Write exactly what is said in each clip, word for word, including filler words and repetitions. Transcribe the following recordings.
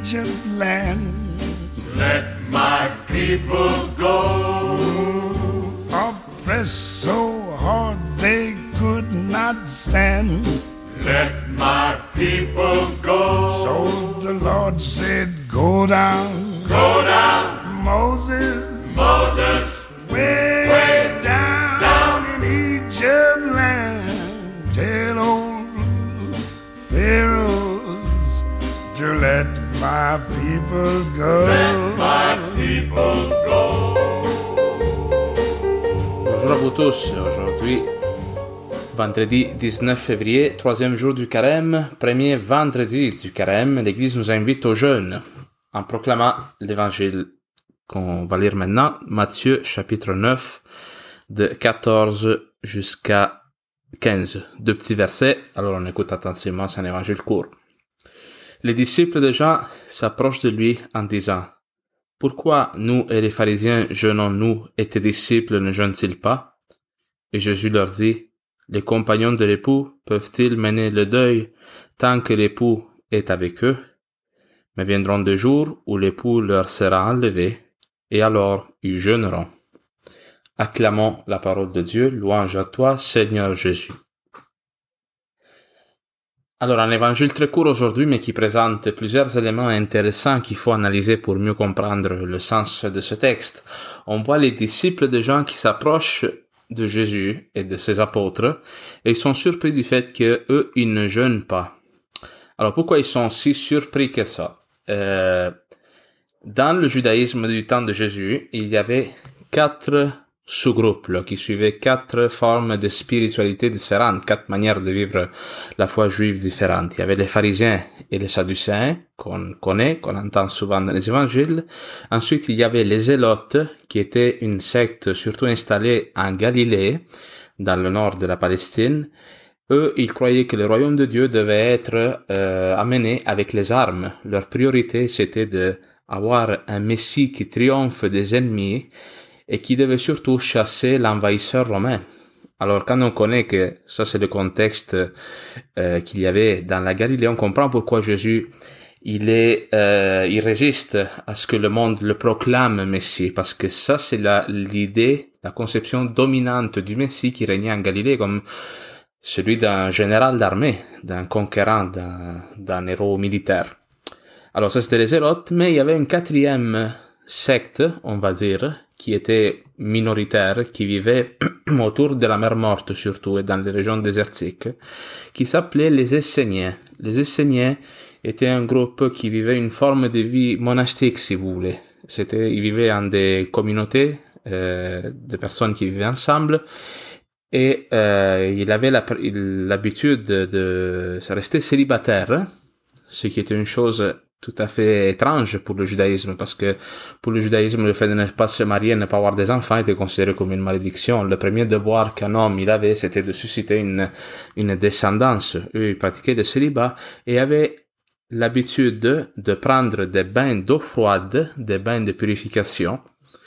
Egypt land. Let my people go. Oppressed so hard they could not stand. Let my people go. So the Lord said, go down. Go down. Moses. Moses. Way, way down, down in Egypt land. Tell old Pharaohs to let my people go. Let my people go. Bonjour à vous tous. Aujourd'hui, vendredi dix-neuf février, troisième jour du carême, premier vendredi du carême, l'Église nous invite au jeûne en proclamant l'évangile qu'on va lire maintenant, Matthieu chapitre neuf, de quatorze jusqu'à quinze. Deux petits versets, alors on écoute attentivement, c'est un évangile court. Les disciples de Jean s'approchent de lui en disant, « Pourquoi nous et les pharisiens jeûnons-nous et tes disciples ne jeûnent-ils pas ?» Et Jésus leur dit, « Les compagnons de l'époux peuvent-ils mener le deuil tant que l'époux est avec eux? Mais viendront des jours où l'époux leur sera enlevé, et alors ils jeûneront. » Acclamons la parole de Dieu, louange à toi, Seigneur Jésus. Alors, un évangile très court aujourd'hui, mais qui présente plusieurs éléments intéressants qu'il faut analyser pour mieux comprendre le sens de ce texte. On voit les disciples de Jean qui s'approchent de Jésus et de ses apôtres, et ils sont surpris du fait que eux, ils ne jeûnent pas. Alors, pourquoi ils sont si surpris que ça? Euh, dans le judaïsme du temps de Jésus, il y avait quatre sous-groupes là, qui suivaient quatre formes de spiritualité différentes, quatre manières de vivre la foi juive différentes. Il y avait les pharisiens et les sadducéens, qu'on connaît, qu'on entend souvent dans les évangiles. Ensuite, il y avait les zélotes, qui étaient une secte surtout installée en Galilée, dans le nord de la Palestine. Eux, ils croyaient que le royaume de Dieu devait être euh, amené avec les armes. Leur priorité, c'était de avoir un Messie qui triomphe des ennemis et qui devait surtout chasser l'envahisseur romain. Alors, quand on connaît que ça, c'est le contexte euh, qu'il y avait dans la Galilée, on comprend pourquoi Jésus, il est, euh, il résiste à ce que le monde le proclame Messie, parce que ça, c'est la, l'idée, la conception dominante du Messie qui régnait en Galilée, comme celui d'un général d'armée, d'un conquérant, d'un, d'un héros militaire. Alors, ça, c'était les zélotes, mais il y avait une quatrième secte, on va dire, qui était minoritaire, qui vivait autour de la mer Morte surtout et dans les régions désertiques, qui s'appelait les Esséniens. Les Esséniens étaient un groupe qui vivait une forme de vie monastique, si vous voulez. C'était, ils vivaient en des communautés euh, de personnes qui vivaient ensemble, et euh, il avait la, l'habitude de, de rester célibataire, ce qui était une chose tout à fait étrange pour le judaïsme, parce que pour le judaïsme, le fait de ne pas se marier, ne pas avoir des enfants était considéré comme une malédiction. Le premier devoir qu'un homme il avait, c'était de susciter une, une descendance. Eux, ils pratiquaient le célibat et avaient l'habitude de, de prendre des bains d'eau froide, des bains de purification,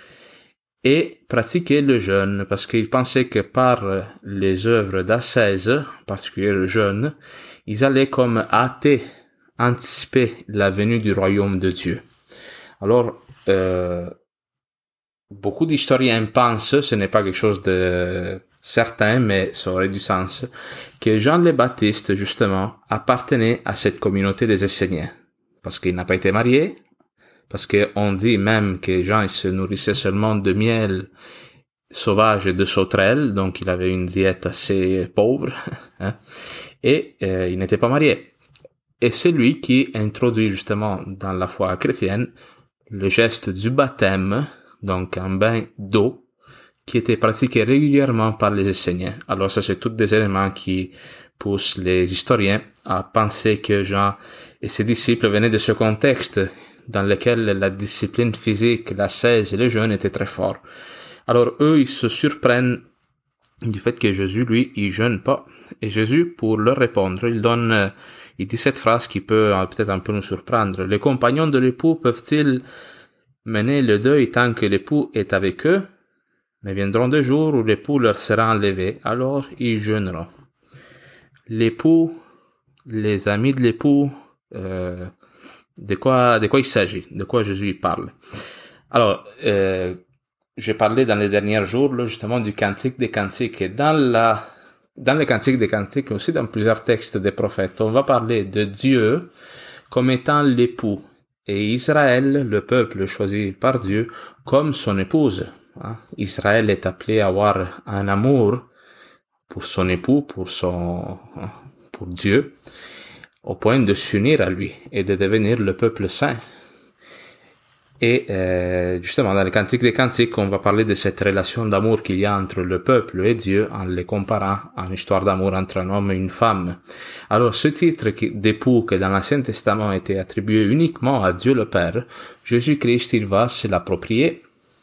et pratiquer le jeûne, parce qu'ils pensaient que par les œuvres d'ascèse, en particulier le jeûne, ils allaient comme hâter, anticiper la venue du royaume de Dieu. Alors, euh, beaucoup d'historiens pensent, ce n'est pas quelque chose de certain, mais ça aurait du sens, que Jean le Baptiste, justement, appartenait à cette communauté des Esséniens. Parce qu'il n'a pas été marié, parce qu'on dit même que Jean il se nourrissait seulement de miel sauvage et de sauterelles, donc il avait une diète assez pauvre, hein, et euh, il n'était pas marié. Et c'est lui qui introduit justement dans la foi chrétienne le geste du baptême, donc un bain d'eau, qui était pratiqué régulièrement par les Esséniens. Alors ça, c'est tous des éléments qui poussent les historiens à penser que Jean et ses disciples venaient de ce contexte dans lequel la discipline physique, l'ascèse et le jeûne étaient très forts. Alors eux, ils se surprennent du fait que Jésus, lui, il jeûne pas. Et Jésus, pour leur répondre, il donne, il dit cette phrase qui peut peut-être un peu nous surprendre. Les compagnons de l'époux peuvent-ils mener le deuil tant que l'époux est avec eux? Mais viendront des jours où l'époux leur sera enlevé, alors ils jeûneront. L'époux, les amis de l'époux, euh, De quoi, de quoi il s'agit, de quoi Jésus parle. Alors, euh, j'ai parlé dans les derniers jours, là, justement, du Cantique des Cantiques. Et dans la, dans le Cantique des Cantiques, aussi dans plusieurs textes des prophètes, on va parler de Dieu comme étant l'époux. Et Israël, le peuple choisi par Dieu, comme son épouse. Hein? Israël est appelé à avoir un amour pour son époux, pour son, pour Dieu, au point de s'unir à lui et de devenir le peuple saint. Et euh, justement, dans le Cantique des Cantiques, on va parler de cette relation d'amour qu'il y a entre le peuple et Dieu en les comparant à une histoire d'amour entre un homme et une femme. Alors, ce titre d'époux que dans l'Ancien Testament était attribué uniquement à Dieu le Père, Jésus-Christ, il va se l'approprier.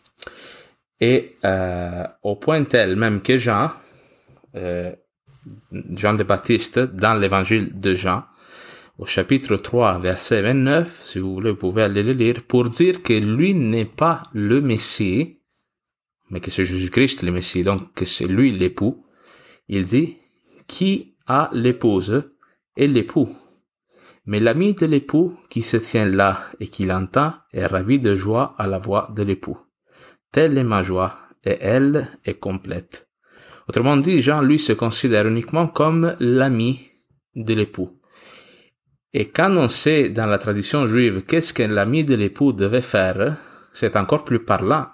Et euh, au point tel même que Jean, euh, Jean le Baptiste, dans l'évangile de Jean, au chapitre trois, verset vingt-neuf, si vous voulez, vous pouvez aller le lire, pour dire que lui n'est pas le Messie, mais que c'est Jésus-Christ le Messie, donc que c'est lui l'époux. Il dit, qui a l'épouse est l'époux. Mais l'ami de l'époux qui se tient là et qui l'entend est ravi de joie à la voix de l'époux. Telle est ma joie, et elle est complète. Autrement dit, Jean, lui, se considère uniquement comme l'ami de l'époux. Et quand on sait dans la tradition juive qu'est-ce que l'ami de l'époux devait faire, c'est encore plus parlant.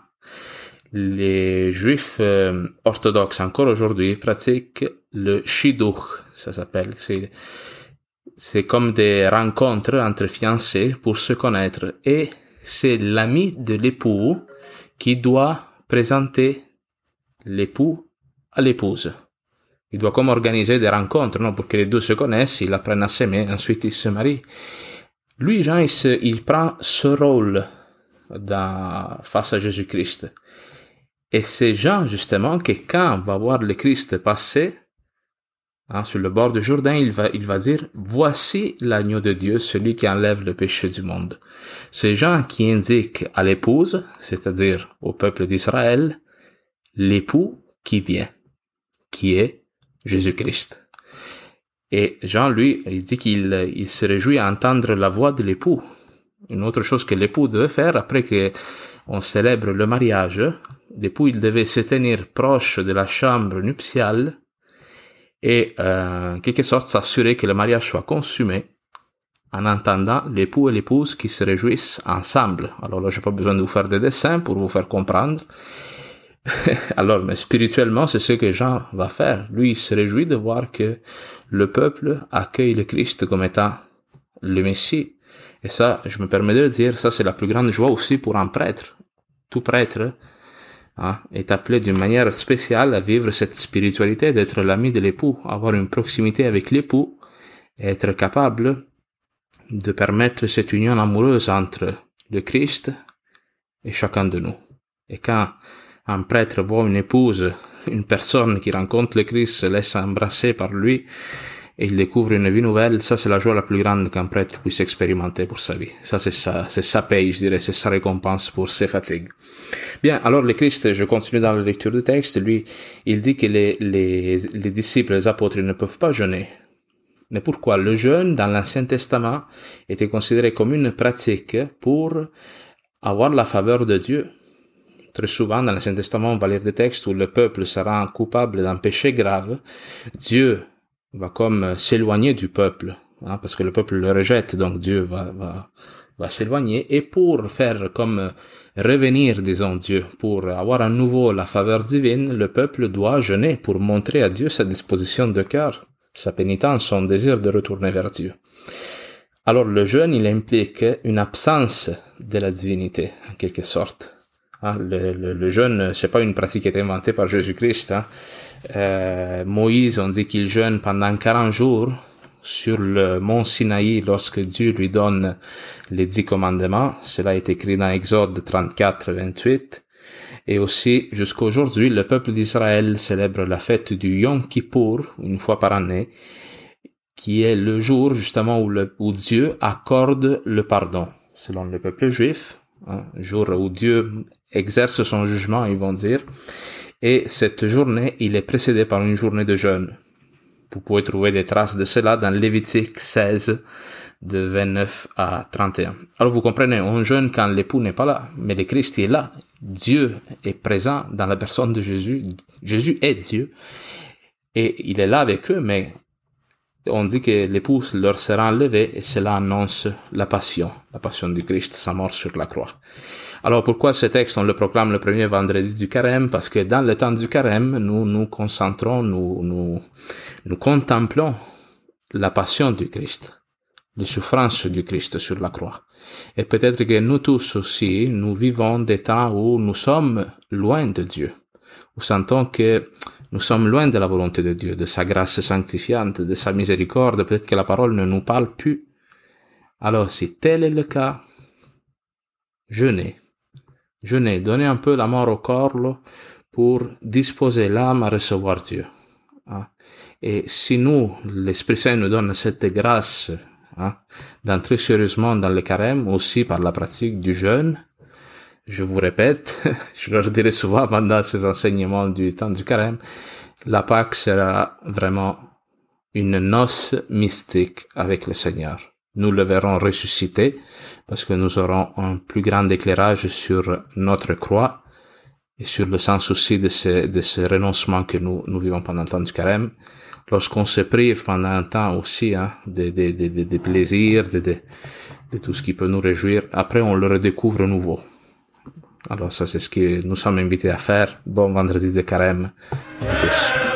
Les juifs euh, orthodoxes encore aujourd'hui pratiquent le shidduch, ça s'appelle. C'est, c'est comme des rencontres entre fiancés pour se connaître. Et c'est l'ami de l'époux qui doit présenter l'époux à l'épouse. Il doit comme organiser des rencontres, non, pour que les deux se connaissent, ils apprennent à s'aimer, ensuite ils se marient. Lui, Jean, il, se, il prend ce rôle dans, face à Jésus-Christ. Et c'est Jean, justement, que quand on va voir le Christ passer, hein, sur le bord du Jourdain, il va, il va dire, voici l'agneau de Dieu, celui qui enlève le péché du monde. C'est Jean qui indique à l'épouse, c'est-à-dire au peuple d'Israël, l'époux qui vient, qui est Jésus-Christ. Et Jean, lui, il dit qu'il il se réjouit à entendre la voix de l'époux. Une autre chose que l'époux devait faire, après que on célèbre le mariage, l'époux, il devait se tenir proche de la chambre nuptiale et, euh, en quelque sorte, s'assurer que le mariage soit consumé en entendant l'époux et l'épouse qui se réjouissent ensemble. Alors là, j'ai pas besoin de vous faire des dessins pour vous faire comprendre. Alors, mais spirituellement, c'est ce que Jean va faire. Lui, il se réjouit de voir que le peuple accueille le Christ comme étant le Messie. Et ça, je me permets de le dire, ça c'est la plus grande joie aussi pour un prêtre. Tout prêtre hein, est appelé d'une manière spéciale à vivre cette spiritualité, d'être l'ami de l'époux, avoir une proximité avec l'époux, et être capable de permettre cette union amoureuse entre le Christ et chacun de nous. Et quand un prêtre voit une épouse, une personne qui rencontre le Christ, se laisse embrasser par lui et il découvre une vie nouvelle, ça c'est la joie la plus grande qu'un prêtre puisse expérimenter pour sa vie. Ça c'est sa, c'est sa paye, je dirais, c'est sa récompense pour ses fatigues. Bien, alors le Christ, je continue dans la lecture du texte, lui, il dit que les, les, les disciples, les apôtres, ils ne peuvent pas jeûner. Mais pourquoi? Le jeûne dans l'Ancien Testament était considéré comme une pratique pour avoir la faveur de Dieu. Très souvent, dans l'Ancien Testament, on va lire des textes où le peuple se rend coupable d'un péché grave. Dieu va comme s'éloigner du peuple, hein, parce que le peuple le rejette, donc Dieu va, va, va s'éloigner. Et pour faire comme revenir, disons, Dieu, pour avoir à nouveau la faveur divine, le peuple doit jeûner pour montrer à Dieu sa disposition de cœur, sa pénitence, son désir de retourner vers Dieu. Alors, le jeûne, il implique une absence de la divinité, en quelque sorte. Hein, le, le, le jeûne, c'est pas une pratique qui a été inventée par Jésus-Christ. Hein. Euh, Moïse, on dit qu'il jeûne pendant quarante jours sur le mont Sinaï lorsque Dieu lui donne les dix commandements. Cela est écrit dans Exode trente-quatre, vingt-huit. Et aussi, jusqu'à aujourd'hui, le peuple d'Israël célèbre la fête du Yom Kippour, une fois par année, qui est le jour justement où, le, où Dieu accorde le pardon, selon le peuple juif. Hein, jour où Dieu exerce son jugement, ils vont dire. Et cette journée, il est précédé par une journée de jeûne. Vous pouvez trouver des traces de cela dans Lévitique seize, de vingt-neuf à trente et un. Alors vous comprenez, on jeûne quand l'époux n'est pas là, mais le Christ est là. Dieu est présent dans la personne de Jésus. Jésus est Dieu. Et il est là avec eux, mais on dit que l'époux leur sera enlevé et cela annonce la passion, la passion du Christ, sa mort sur la croix. Alors pourquoi ce texte, on le proclame le premier vendredi du carême? Parce que dans le temps du carême, nous nous concentrons, nous, nous, nous contemplons la passion du Christ, les souffrances du Christ sur la croix. Et peut-être que nous tous aussi, nous vivons des temps où nous sommes loin de Dieu. Nous sentons que nous sommes loin de la volonté de Dieu, de sa grâce sanctifiante, de sa miséricorde. Peut-être que la parole ne nous parle plus. Alors, si tel est le cas, jeûnez. Jeûnez, donnez un peu la mort au corps pour disposer l'âme à recevoir Dieu. Hein? Et si nous, l'Esprit Saint nous donne cette grâce hein, d'entrer sérieusement dans le carême, aussi par la pratique du jeûne, je vous répète, je leur dirai souvent pendant ces enseignements du temps du carême, la Pâque sera vraiment une noce mystique avec le Seigneur. Nous le verrons ressuscité parce que nous aurons un plus grand éclairage sur notre croix et sur le sens aussi de ce, de ce renoncement que nous, nous vivons pendant le temps du carême. Lorsqu'on se prive pendant un temps aussi hein, de, de, de, de, de plaisir, de, de, de tout ce qui peut nous réjouir, après on le redécouvre nouveau. Alors ça c'est ce que nous sommes invités à faire. Bon vendredi de carême à tous.